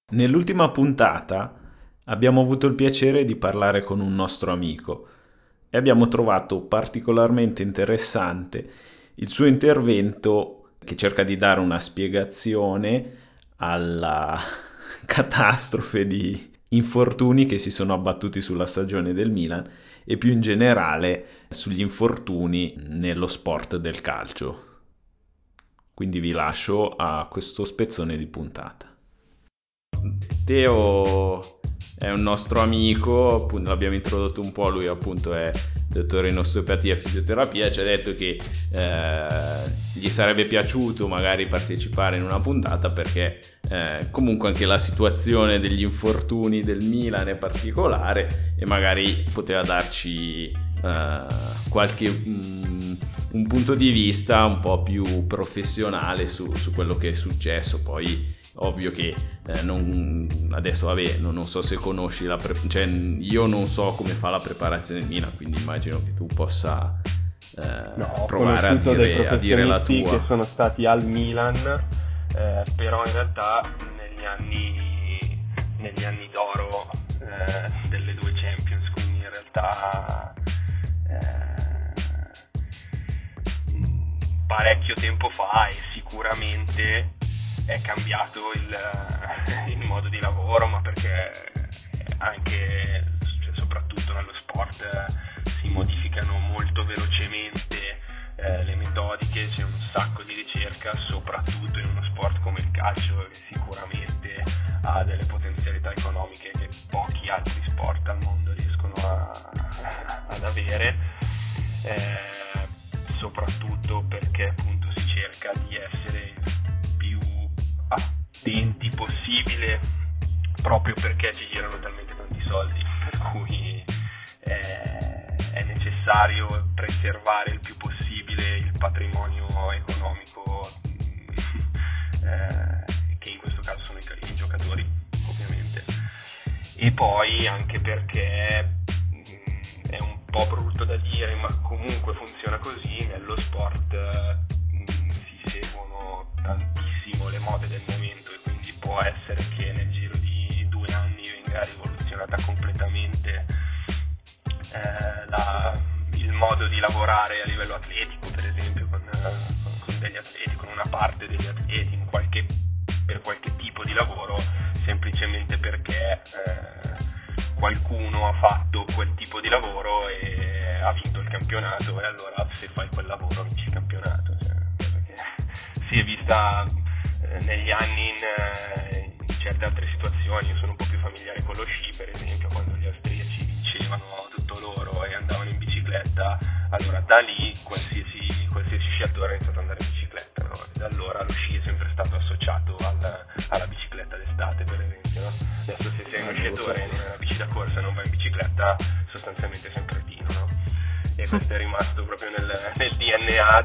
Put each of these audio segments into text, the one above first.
Nell'ultima puntata abbiamo avuto il piacere di parlare con un nostro amico e abbiamo trovato particolarmente interessante il suo intervento che cerca di dare una spiegazione alla catastrofe di infortuni che si sono abbattuti sulla stagione del Milan e più in generale sugli infortuni nello sport del calcio. Quindi vi lascio a questo spezzone di puntata. Teo è un nostro amico, appunto l'abbiamo introdotto un po', lui appunto è dottore in osteopatia e fisioterapia, ci ha detto che gli sarebbe piaciuto magari partecipare in una puntata perché comunque anche la situazione degli infortuni del Milan è particolare e magari poteva darci qualche un punto di vista un po' più professionale su quello che è successo. Poi ovvio che adesso vabbè non so se conosci cioè io non so come fa la preparazione del Milan, quindi immagino che tu possa No, ho provare a conosciuto dei dire la professionisti che tua. sono stati al Milan, però in realtà negli anni d'oro delle due Champions, quindi in realtà parecchio tempo fa, e sicuramente è cambiato il modo di lavoro, ma perché anche, cioè, soprattutto nello sport si modificano molto velocemente le metodiche, c'è un sacco di ricerca, soprattutto in uno sport come il calcio, che sicuramente ha delle potenzialità economiche che pochi altri sport al mondo riescono ad avere, soprattutto perché appunto si cerca di essere il più attenti possibile, proprio perché ci girano talmente tanti soldi, per cui è necessario preservare il più possibile il patrimonio economico, che in questo caso sono i giocatori, ovviamente. E poi anche perché è un po' brutto da dire, ma comunque funziona così: nello sport si seguono tantissimo le mode del momento, e quindi può essere che nel giro di 2 anni venga rivoluzionata completamente il modo di lavorare a livello atletico, per esempio con degli atleti, con una parte degli atleti per qualche tipo di lavoro, semplicemente perché qualcuno ha fatto quel tipo di lavoro e ha vinto il campionato, e allora se fai quel lavoro vinci il campionato, cioè, perché si è vista negli anni in certe altre situazioni. Io sono un po' più familiare con lo sci, per esempio, quando gli austriaci vincevano tutto loro e andavano in bicicletta, allora da lì qualsiasi sciatore ha iniziato ad andare in bicicletta, no? E da allora lo sci è sempre stato associato alla bicicletta d'estate, per esempio, no? Adesso se sei uno sciatore e non hai una bici da corsa e non vai in bicicletta, sostanzialmente sei un cretino, no? E questo è rimasto proprio nel DNA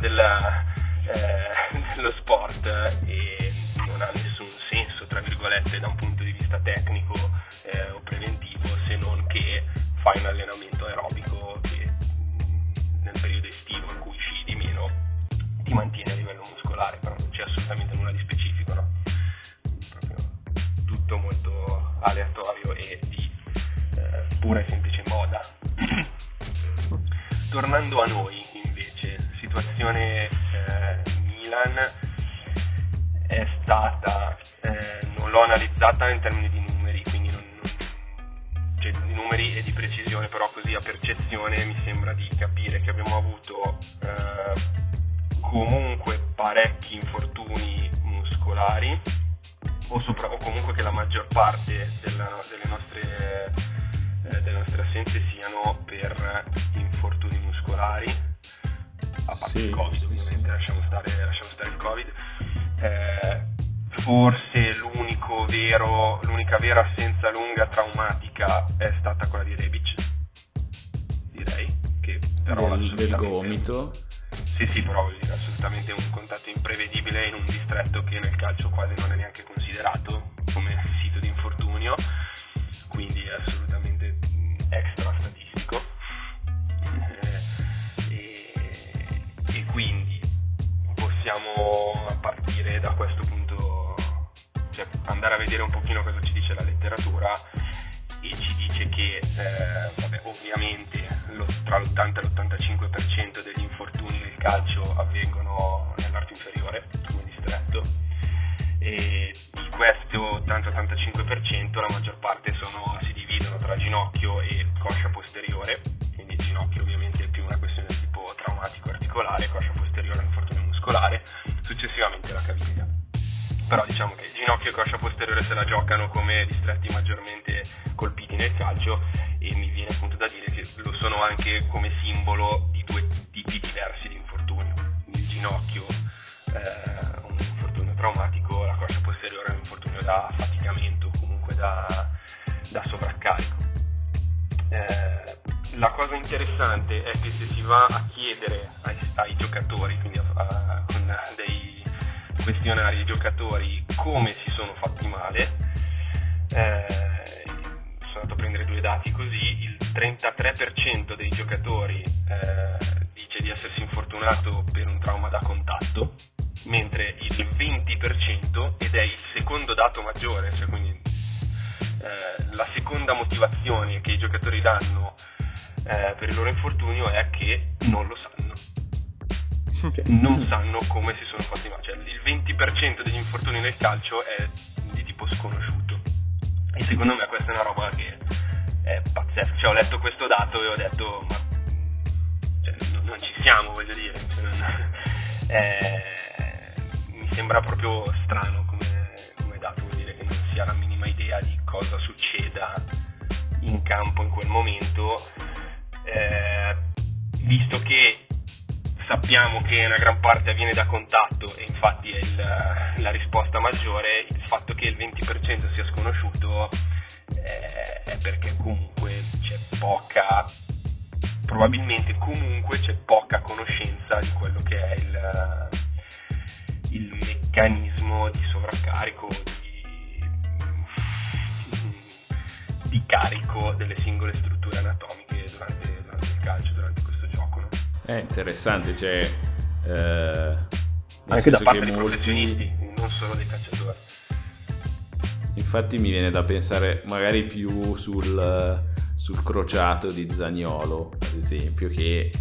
dello sport, e non ha nessun senso, tra virgolette, da un punto di vista tecnico o preventivo, se non che fai un allenamento aerobico che nel periodo estivo in cui sci di meno ti mantiene a livello muscolare, però non c'è assolutamente nulla di specifico, no? Proprio tutto molto aleatorio e di pura e semplice moda. Tornando a noi invece, situazione Milan è stata, non l'ho analizzata in termini di numeri, quindi cioè di numeri e di precisione, però così a percezione mi sembra di capire che abbiamo avuto comunque parecchi infortuni muscolari, o comunque che la maggior parte delle nostre assenze siano per infortuni muscolari, a parte il Covid, ovviamente, lasciamo stare il Covid. Forse l'unica vera assenza lunga traumatica è stata quella di Rebic, direi, che però Del gomito. sì, però vuol dire assolutamente un contatto imprevedibile in un distretto che nel calcio quasi non è neanche considerato come sito di infortunio, quindi è assolutamente extra statistico. E quindi possiamo partire da questo punto, cioè andare a vedere un pochino cosa ci dice la letteratura, e ci dice che ovviamente tra l'80 e l'85% degli infortuni nel calcio avvengono nell'arto inferiore, quindi stretto, e di questo 80-85% la maggior parte si dividono tra ginocchio e coscia posteriore, quindi il ginocchio ovviamente è più una questione di tipo traumatico articolare, coscia posteriore è un infortunio muscolare, successivamente la caviglia. Però diciamo che ginocchio e coscia posteriore se la giocano come distretti maggiormente colpiti nel calcio, e mi viene appunto da dire che lo sono anche come simbolo di due tipi diversi di infortunio. Il ginocchio un infortunio traumatico, la coscia posteriore è un infortunio da affaticamento, comunque da sovraccarico. La cosa interessante è che se si va a chiedere ai giocatori, quindi con dei questionari ai giocatori come si sono fatti male, sono andato a prendere due dati così: il 33% dei giocatori dice di essersi infortunato per un trauma da contatto, mentre il 20%, ed è il secondo dato maggiore, cioè quindi la seconda motivazione che i giocatori danno per il loro infortunio, è che non lo sanno. Cioè, non sanno come si sono fatti male. Cioè, il 20% degli infortuni nel calcio è di tipo sconosciuto, e secondo me questa è una roba che è pazzesca. Cioè, ho letto questo dato e ho detto ma non ci siamo, voglio dire, mi sembra proprio strano come dato. Vuol dire che non si ha la minima idea di cosa succeda in campo in quel momento, visto che sappiamo che una gran parte avviene da contatto, e infatti è la risposta maggiore. Il fatto che il 20% sia sconosciuto è perché comunque probabilmente c'è poca conoscenza di quello che è il meccanismo di sovraccarico, di carico delle singole strutture anatomiche durante il calcio, durante questo gioco, no? È interessante, cioè anche da parte dei professionisti, non solo dei calciatori. Infatti mi viene da pensare magari più sul crociato di Zaniolo, ad esempio, che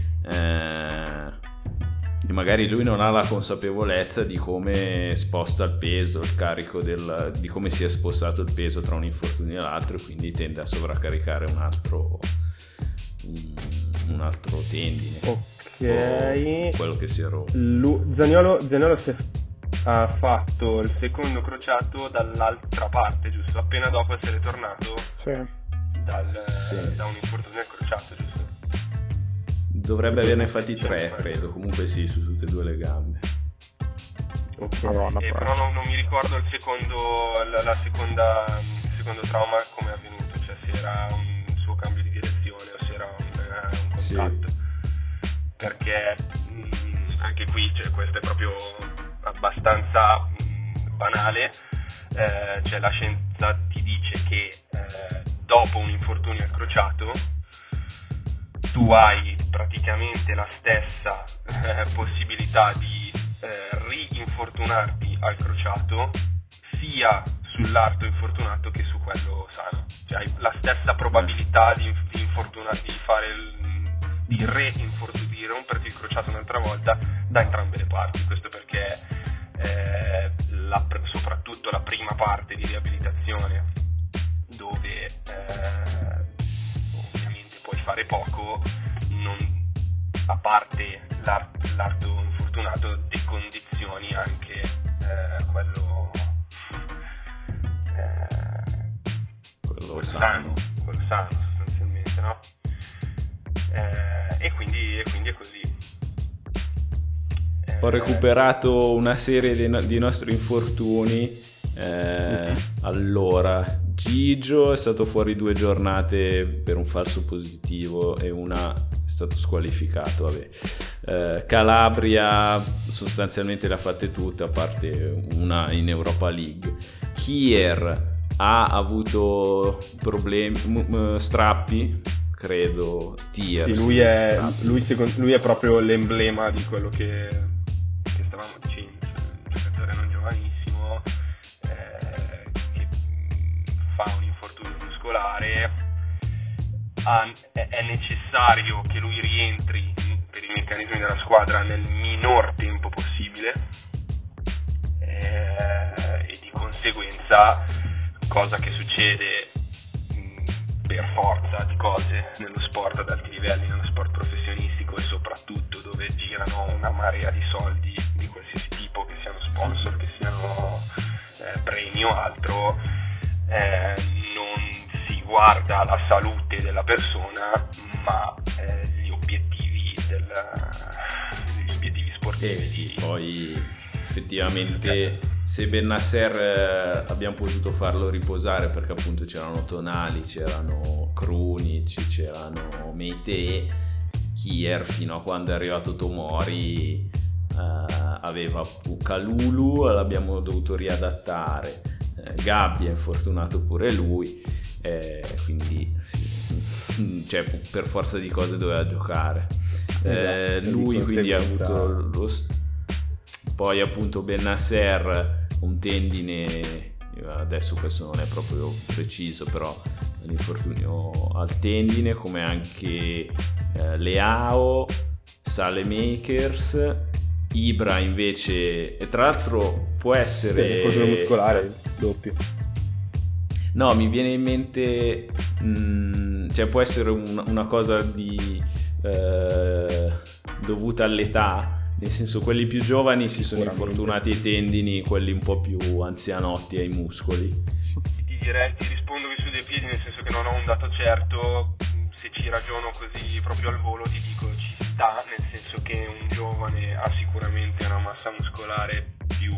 magari lui non ha la consapevolezza di come sposta il peso, il carico di come si è spostato il peso tra un infortunio e l'altro, e quindi tende a sovraccaricare un altro tendine, o quello che si è rotto. Zaniolo ha fatto il secondo crociato dall'altra parte, giusto? Appena dopo essere tornato da un infortunio al crociato, giusto? Dovrebbe averne fatti 3, credo, comunque sì, su tutte e due le gambe. Madonna, però non mi ricordo il secondo trauma come è avvenuto, cioè se era un suo cambio di direzione o se era un contatto. Sì. Perché anche qui, cioè, questo è proprio abbastanza banale, cioè la scienza ti dice che dopo un infortunio al crociato tu hai praticamente la stessa possibilità di rinfortunarti al crociato sia sull'arto infortunato che su quello sano. Cioè hai la stessa probabilità di romperti il crociato un'altra volta da entrambe le parti. Questo perché soprattutto la prima parte di riabilitazione, dove ovviamente puoi fare poco, a parte l'arto infortunato, decondizioni anche quello sano sostanzialmente, no? E quindi è così. Ho recuperato una serie di nostri infortuni. Allora, Gigio è stato fuori 2 giornate per un falso positivo e una è stato squalificato. Vabbè. Calabria sostanzialmente le ha fatte tutte, a parte una in Europa League. Kier ha avuto problemi, strappi, credo. Sì, lui è proprio l'emblema di quello che stavamo dicendo, cioè, un giocatore non giovanissimo, muscolare, è necessario che lui rientri per i meccanismi della squadra nel minor tempo possibile, e di conseguenza, cosa che succede per forza di cose nello sport ad alti livelli, nello sport professionistico e soprattutto dove girano una marea di soldi di qualsiasi tipo, che siano sponsor, che siano premi o altro, non si guarda la salute della persona ma gli obiettivi sportivi. Sì, poi effettivamente se Bennacer abbiamo potuto farlo riposare perché appunto c'erano Tonali, c'erano Krunic, c'erano Meite, Kier fino a quando è arrivato Tomori aveva Kalulu, l'abbiamo dovuto riadattare, Gabbi è infortunato pure lui, quindi sì, cioè, per forza di cose doveva giocare. Lui quindi ha avuto poi appunto Bennacer un tendine, adesso questo non è proprio preciso, però un infortunio al tendine, come anche Leao, Salemakers, Ibra invece, e tra l'altro può essere infortunio muscolare doppio. No, mi viene in mente cioè può essere una cosa dovuta all'età, nel senso quelli più giovani si sono infortunati ai tendini, quelli un po' più anzianotti ai muscoli. Ti rispondo su dei piedi, nel senso che non ho un dato certo, se ci ragiono così proprio al volo ti dico ci sta, nel senso che un giovane ha sicuramente una massa muscolare più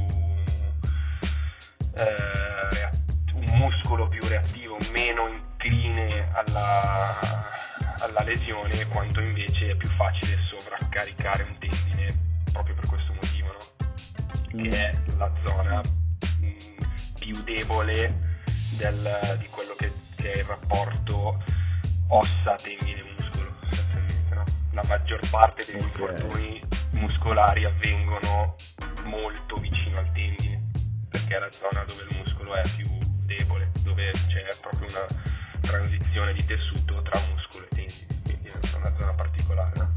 un muscolo più reattivo, meno incline alla lesione, quanto invece è più facile sovraccaricare un tendine proprio per questo motivo, no? Che è la zona più debole di quello che è il rapporto ossa-tendine-muscolo, no? La maggior parte degli infortuni muscolari avvengono molto vicino al tendine, perché è la zona dove il muscolo è più debole, dove c'è proprio una transizione di tessuto tra muscolo e tendine, quindi è una zona particolare, no?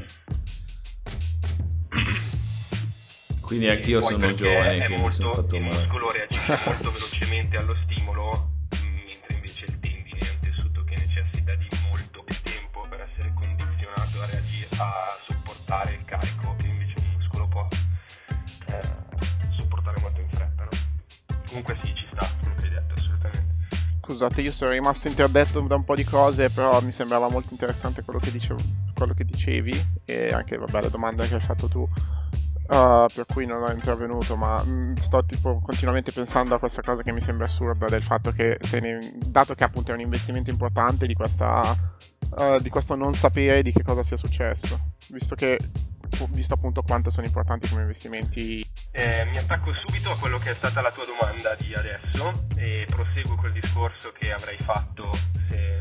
Quindi anch'io sono giovane che mi sono fatto male. Il muscolo reagisce molto velocemente allo stimolo, mentre invece il tendine è un tessuto che necessita di molto più tempo per essere condizionato a reagire, a sopportare il carico, che invece un muscolo può sopportare molto in fretta, no? Comunque sì, ci sta quello che hai detto, assolutamente. Scusate, io sono rimasto interdetto da un po' di cose, però mi sembrava molto interessante quello che dicevi, e anche vabbè, la domanda che hai fatto tu. Per cui non ho intervenuto, ma sto tipo continuamente pensando a questa cosa che mi sembra assurda, del fatto che dato che appunto è un investimento importante di questo non sapere di che cosa sia successo, visto appunto quanto sono importanti come investimenti. Mi attacco subito a quello che è stata la tua domanda di adesso e proseguo col discorso che avrei fatto se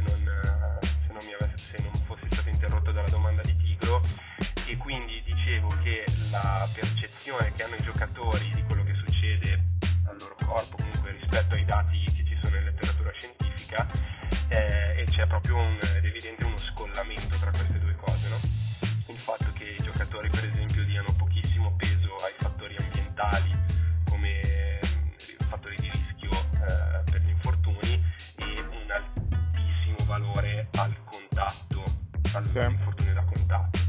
non fossi stato interrotto dalla domanda di Tigro, e quindi dicevo che la percezione che hanno i giocatori di quello che succede al loro corpo, comunque rispetto ai dati che ci sono in letteratura scientifica, e c'è proprio ed evidente uno scollamento tra queste due cose, no? Il fatto che i giocatori per esempio diano pochissimo peso ai fattori ambientali come fattori di rischio per gli infortuni, e un altissimo valore al contatto, all'infortunio da contatto,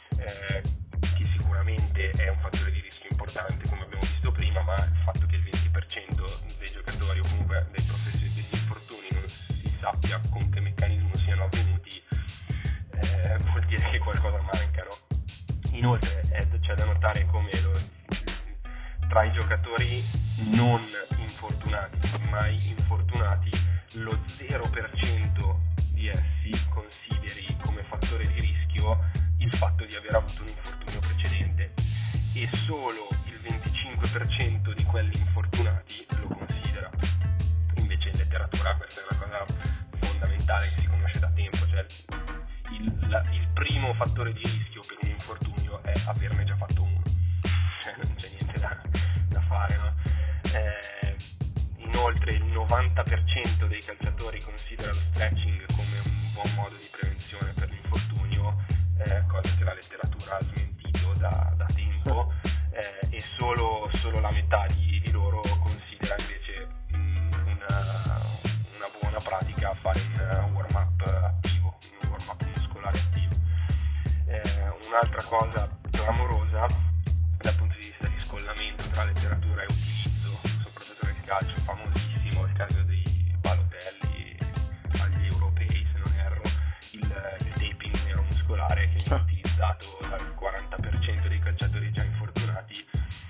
che sicuramente è un fattore di rischio importante come abbiamo visto prima, ma il fatto che il 20% dei giocatori o comunque dei professionisti degli infortuni non si sappia con che meccanismo siano avvenuti vuol dire che qualcosa manca, no? Inoltre c'è da notare come tra i giocatori non infortunati, mai infortunati, lo 0% di essi consideri come fattore di rischio il fatto di aver avuto un infortunio precedente, e solo il 25% di quelli infortunati lo considera. Invece in letteratura questa è una cosa fondamentale che si conosce da tempo, cioè il primo fattore di rischio per un infortunio è averne già fatto uno, cioè non c'è niente da fare, no? oltre il 90% dei calciatori considera lo stretching come un buon modo di prevenzione per l'infortunio, cosa che la letteratura ha smentito da tempo, e solo la metà di loro considera invece una buona pratica fare un warm-up attivo, un warm-up muscolare attivo. Un'altra cosa clamorosa dal punto di vista di scollamento tra letteratura e utilizzo, soprattutto nel calcio, famosissimo il caso dei Balotelli agli europei, se non erro, il taping neuromuscolare che viene utilizzato dal 40% dei calciatori già infortunati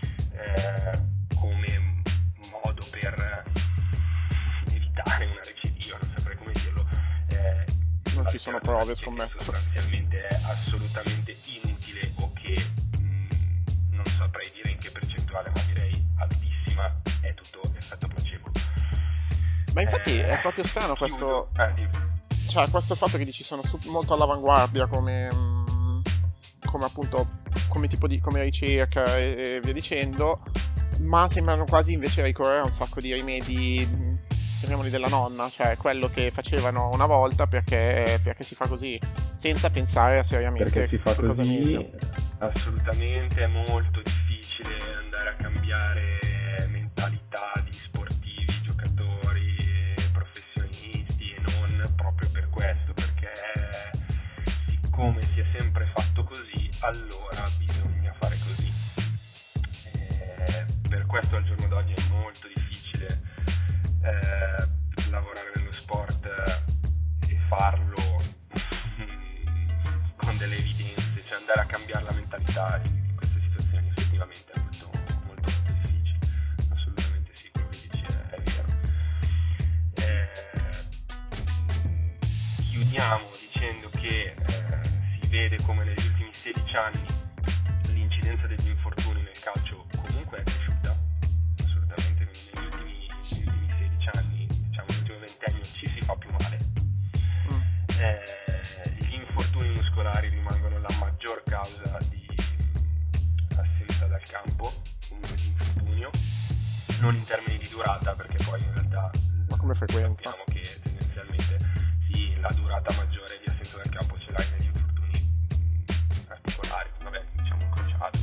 come modo per evitare una recidiva, non saprei come dirlo. Non ci sono prove, scommetto. Sostanzialmente è assolutamente inutile, o che non saprei dire in che percentuale, ma direi altissima, è tutto effetto placebo. Ma infatti è proprio strano questo, cioè questo fatto che dici sono molto all'avanguardia come appunto come tipo di come ricerca e via dicendo, ma sembrano quasi invece ricorrere a un sacco di rimedi, chiamiamoli della nonna, cioè quello che facevano una volta perché si fa così, senza pensare seriamente Perché si fa che cosa è meglio. così. Assolutamente, è molto difficile andare a cambiare mentalità di sportivi, giocatori, professionisti, e non proprio per questo, perché siccome si è sempre fatto così, allora bisogna fare così. Per questo al giorno d'oggi è molto difficile lavorare nello sport e farlo con delle evidenze, cioè andare a cambiare la mentalità in queste situazioni effettivamente è molto, molto, molto difficile. Assolutamente sì, quello che dici è vero. Chiudiamo dicendo che si vede come negli ultimi 16 anni l'incidenza degli infortuni nel calcio comunque è cresciuta, assolutamente. Negli ultimi 16 anni, diciamo nell'ultimo ventennio, ci si fa più male. Gli infortuni muscolari rimangono la maggior causa di assenza dal campo, comunque di infortunio, non in termini di durata, perché poi in realtà Ma come frequenza? sappiamo che tendenzialmente sì, la durata maggiore di assenza dal campo ce l'hai negli infortuni articolari, vabbè, diciamo crociato,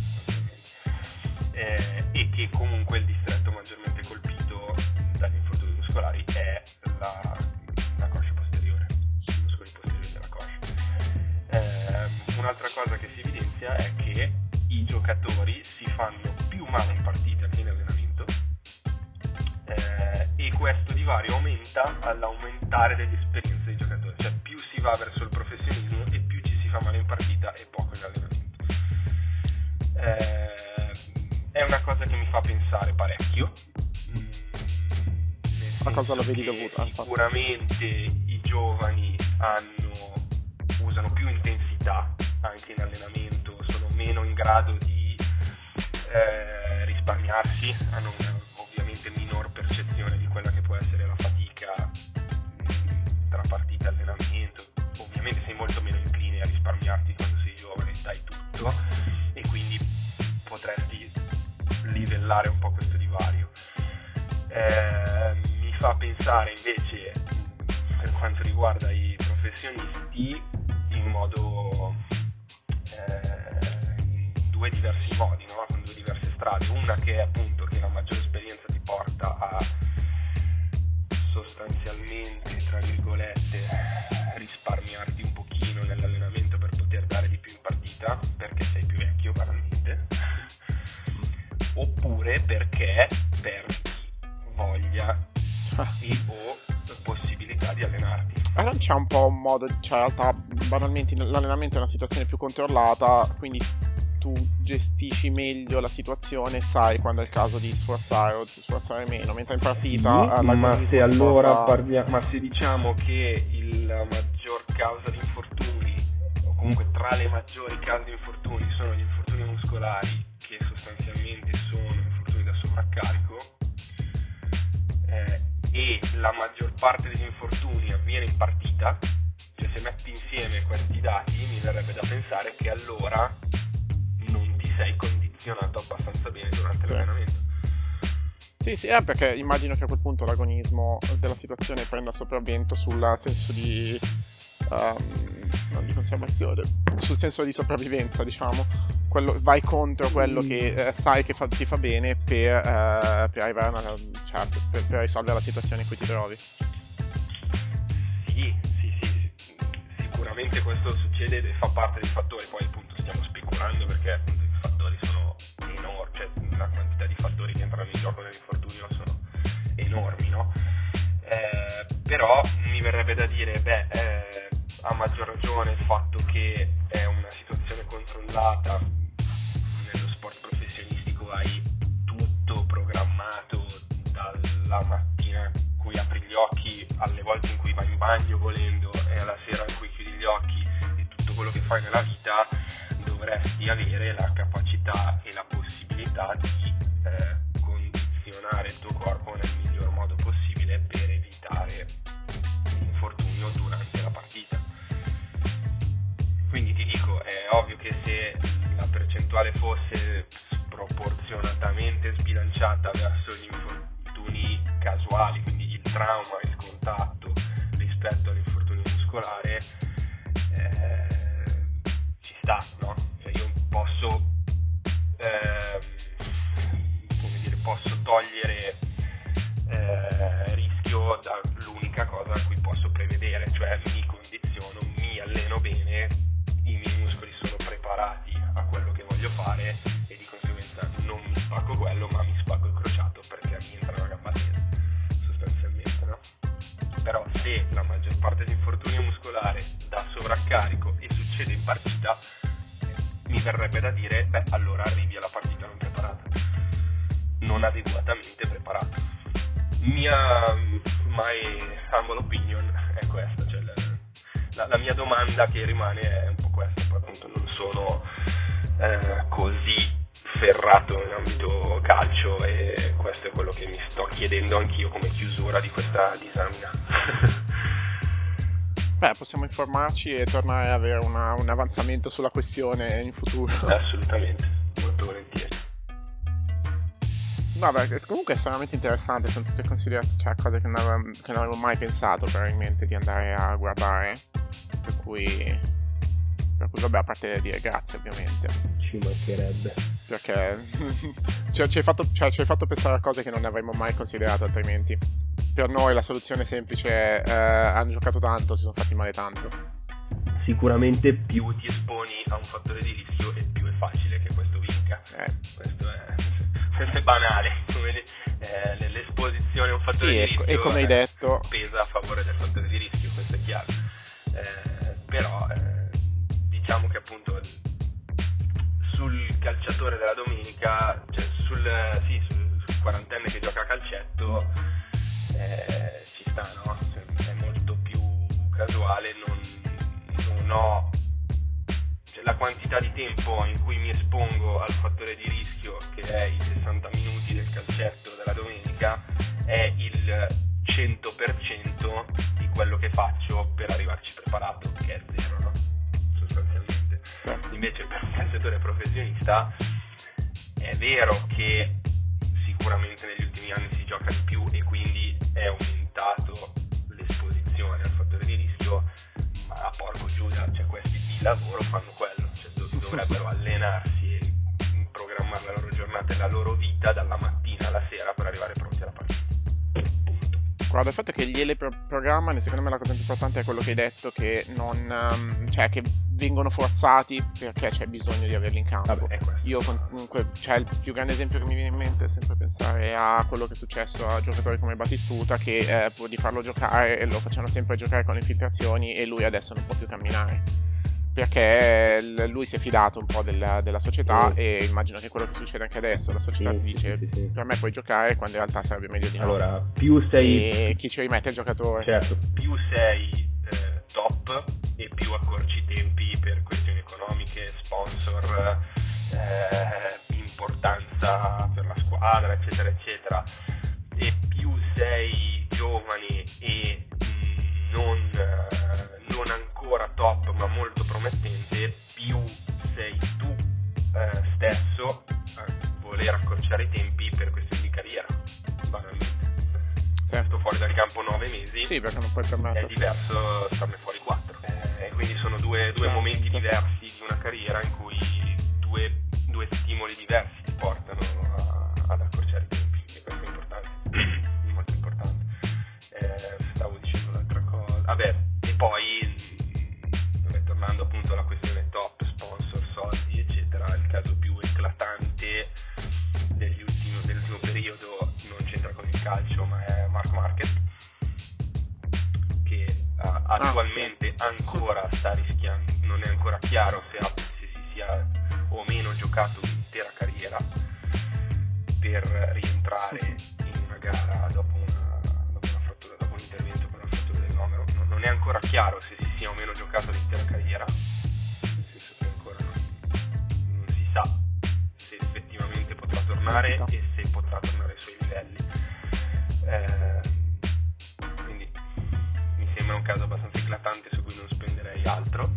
e che comunque il distretto maggiormente colpito dagli infortuni muscolari è la coscia posteriore, i muscoli posteriori della coscia. Un'altra cosa che si evidenzia è che i giocatori si fanno più male in partita che in allenamento, e questo divario aumenta all'aumentare delle esperienze dei giocatori, cioè più si va verso il professionismo e più ci si fa male in partita e poco in allenamento. È una cosa che mi fa pensare parecchio. A cosa la vedi dovuta? Sicuramente i giovani usano più intensità anche in allenamento, sono meno in grado di risparmiarsi, hanno ovviamente minor percezione di quella che può essere la fatica tra partita e allenamento. Ovviamente sei molto meno incline a risparmiarti quando sei giovane, dai tutto, e quindi potresti livellare un po' questo divario. Mi fa pensare invece, per quanto riguarda i professionisti, in due diversi modi, no? Con due diverse strade. Una che è appunto che la maggiore esperienza ti porta a sostanzialmente, tra virgolette, risparmiarti un pochino nell'allenamento per poter dare di più in partita, perché sei più vecchio banalmente, oppure perché perdi voglia e o possibilità di allenarti. Non c'è un po' un modo, cioè in realtà banalmente l'allenamento è una situazione più controllata, quindi tu gestisci meglio la situazione, sai quando è il caso di sforzare o di sforzare meno, mentre in partita Sì, ma se allora parliamo, ma se diciamo che la maggior causa di infortuni, o comunque tra le maggiori cause di infortuni, sono gli infortuni muscolari, che sostanzialmente sono infortuni da sovraccarico, e la maggior parte degli infortuni avviene in partita, cioè se metti insieme questi dati mi verrebbe da pensare che allora non ti sei condizionato abbastanza bene durante l'allenamento. Sì, perché immagino che a quel punto l'agonismo della situazione prenda sopravvento sul senso di, non di conservazione, sul senso di sopravvivenza, diciamo. Vai contro quello che sai che ti fa bene per arrivare cioè, per risolvere la situazione in cui ti trovi. Sì, sicuramente questo succede e fa parte dei fattori, poi appunto stiamo speculando perché appunto i fattori sono enormi, cioè la quantità di fattori che entrano in gioco nell'infortunio sono enormi, no? Però mi verrebbe da dire, a maggior ragione il fatto che è una situazione controllata, nello sport professionistico hai tutto programmato dalla mattina in cui apri gli occhi alle volte in cui vai in bagno volendo e alla sera in cui chiudi gli occhi, e tutto quello che fai nella vita dovresti avere la capacità e la possibilità di condizionare il tuo corpo nel miglior modo possibile per evitare l'infortunio durante la partita. Quindi ti dico, è ovvio che se la percentuale fosse sproporzionatamente sbilanciata verso gli infortuni casuali, quindi il trauma, il contatto rispetto all'infortunio muscolare, ci sta, no? Cioè io posso posso togliere rischio dall'unica cosa a cui posso prevedere, cioè mi condiziono, mi alleno bene, i miei muscoli sono preparati a quello che voglio fare e di conseguenza non mi spacco quello, ma mi spacco il crociato perché mi entra una gamba tesa, sostanzialmente, no? Però se la maggior parte di infortunio muscolare dà sovraccarico e succede in partita, mi verrebbe da dire, allora arrivi alla partita non preparata, non adeguatamente preparato. Mia my humble opinion è questa, cioè la mia domanda che rimane è un po' questa, poi appunto non sono così ferrato in ambito calcio e questo è quello che mi sto chiedendo anch'io come chiusura di questa disamina. Possiamo informarci e tornare ad avere un avanzamento sulla questione in futuro. Assolutamente, molto volentieri. No, comunque è estremamente interessante, sono tutte considerazioni, cioè cose che non avevo mai pensato probabilmente di andare a guardare, per cui vabbè, a parte dire grazie ovviamente. Ci mancherebbe. Perché ci hai fatto pensare a cose che non avremmo mai considerato altrimenti. Per noi la soluzione semplice è hanno giocato tanto, si sono fatti male tanto. Sicuramente più ti esponi a un fattore di rischio e più è facile che questo vinca. Questo è banale, l'esposizione a un fattore di rischio e come hai detto pesa a favore del fattore di rischio, questo è chiaro. Però diciamo che appunto sul calciatore della domenica, cioè sul quarantenne che gioca a calcetto, ci sta, no? È molto più casuale, non ho, cioè, la quantità di tempo in cui mi espongo al fattore di rischio, che è i 60 minuti del calcetto della domenica, è il 100% di quello che faccio per arrivarci preparato, che è zero, no? Sostanzialmente. Sì. Invece per un calciatore professionista è vero che sicuramente negli ultimi anni si gioca di più e quindi è aumentato l'esposizione al fattore di rischio, ma porco Giuda, cioè questi di lavoro fanno quello, cioè dovrebbero allenarsi e programmare la loro giornata e la loro vita dalla mattina alla sera per arrivare pronti alla partita. Guarda, il fatto che gliele programmano, secondo me la cosa più importante è quello che hai detto, che non cioè che vengono forzati perché c'è bisogno di averli in campo. Io comunque, cioè il più grande esempio che mi viene in mente è sempre pensare a quello che è successo a giocatori come Batistuta, che pur di farlo giocare lo facevano sempre giocare con le infiltrazioni e lui adesso non può più camminare. Perché lui si è fidato un po' della società e immagino che quello che succede anche adesso, la società ti dice per me puoi giocare quando in realtà sarebbe meglio di no. Allora, più sei... E chi ci rimette è il giocatore. Certo. Più sei top e più accorci i tempi per questioni economiche, sponsor, importanza per la squadra, eccetera, eccetera. E più sei giovane e non ancora top ma molto promettente, più sei tu stesso a voler accorciare i tempi per questioni di carriera, sto fuori dal campo 9 mesi, Sì, perché non puoi è permetterti. diverso starne fuori 4. Quindi sono due momenti diversi di una carriera in cui due stimoli diversi ti portano ad accorciare i tempi, e questo è importante, molto importante. Stavo dicendo un'altra cosa, vabbè, e poi tornando appunto alla questione top, sponsor, soldi eccetera, il caso più eclatante dell'ultimo periodo non c'entra con il calcio ma è Marc Marquez, che attualmente ancora sta rischiando, non è ancora chiaro se si sia o meno giocato l'intera carriera per rientrare in una gara dopo un intervento per una frattura del gomero. Non è ancora chiaro se si sia o meno giocato l'intera carriera, nel senso che ancora non si sa se effettivamente potrà tornare e se potrà tornare ai suoi livelli. Quindi mi sembra un caso abbastanza eclatante su cui non spenderei altro.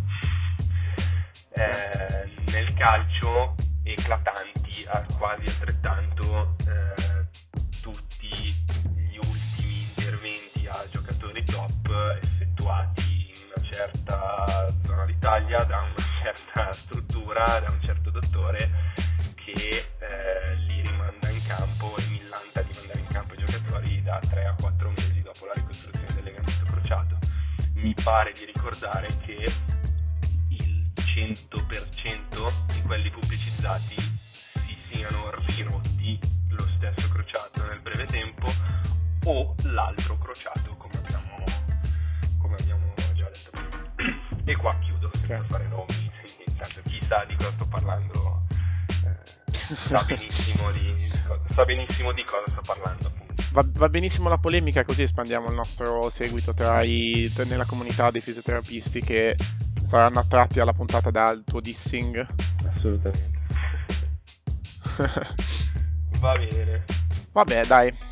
Nel calcio eclatanti quasi altrettanto tutti gli ultimi interventi a giocatori top effettuati in una certa zona d'Italia da una certa struttura, da un certo dottore che li rimanda in campo e millanta di mandare in campo i giocatori da 3 a 4 mesi dopo la ricostruzione del legamento crociato. Mi pare di ricordare che il 100% di quelli pubblicizzati si siano rirotti lo stesso crociato nel breve tempo o l'altro crociato, come abbiamo già detto prima. E qua chiudo senza fare nomi, intanto chi sa di cosa sto parlando sa benissimo di cosa sto parlando, appunto. Va benissimo la polemica, così espandiamo il nostro seguito nella comunità dei fisioterapisti che saranno attratti alla puntata dal tuo dissing. Assolutamente. Va bene. Vabbè, dai.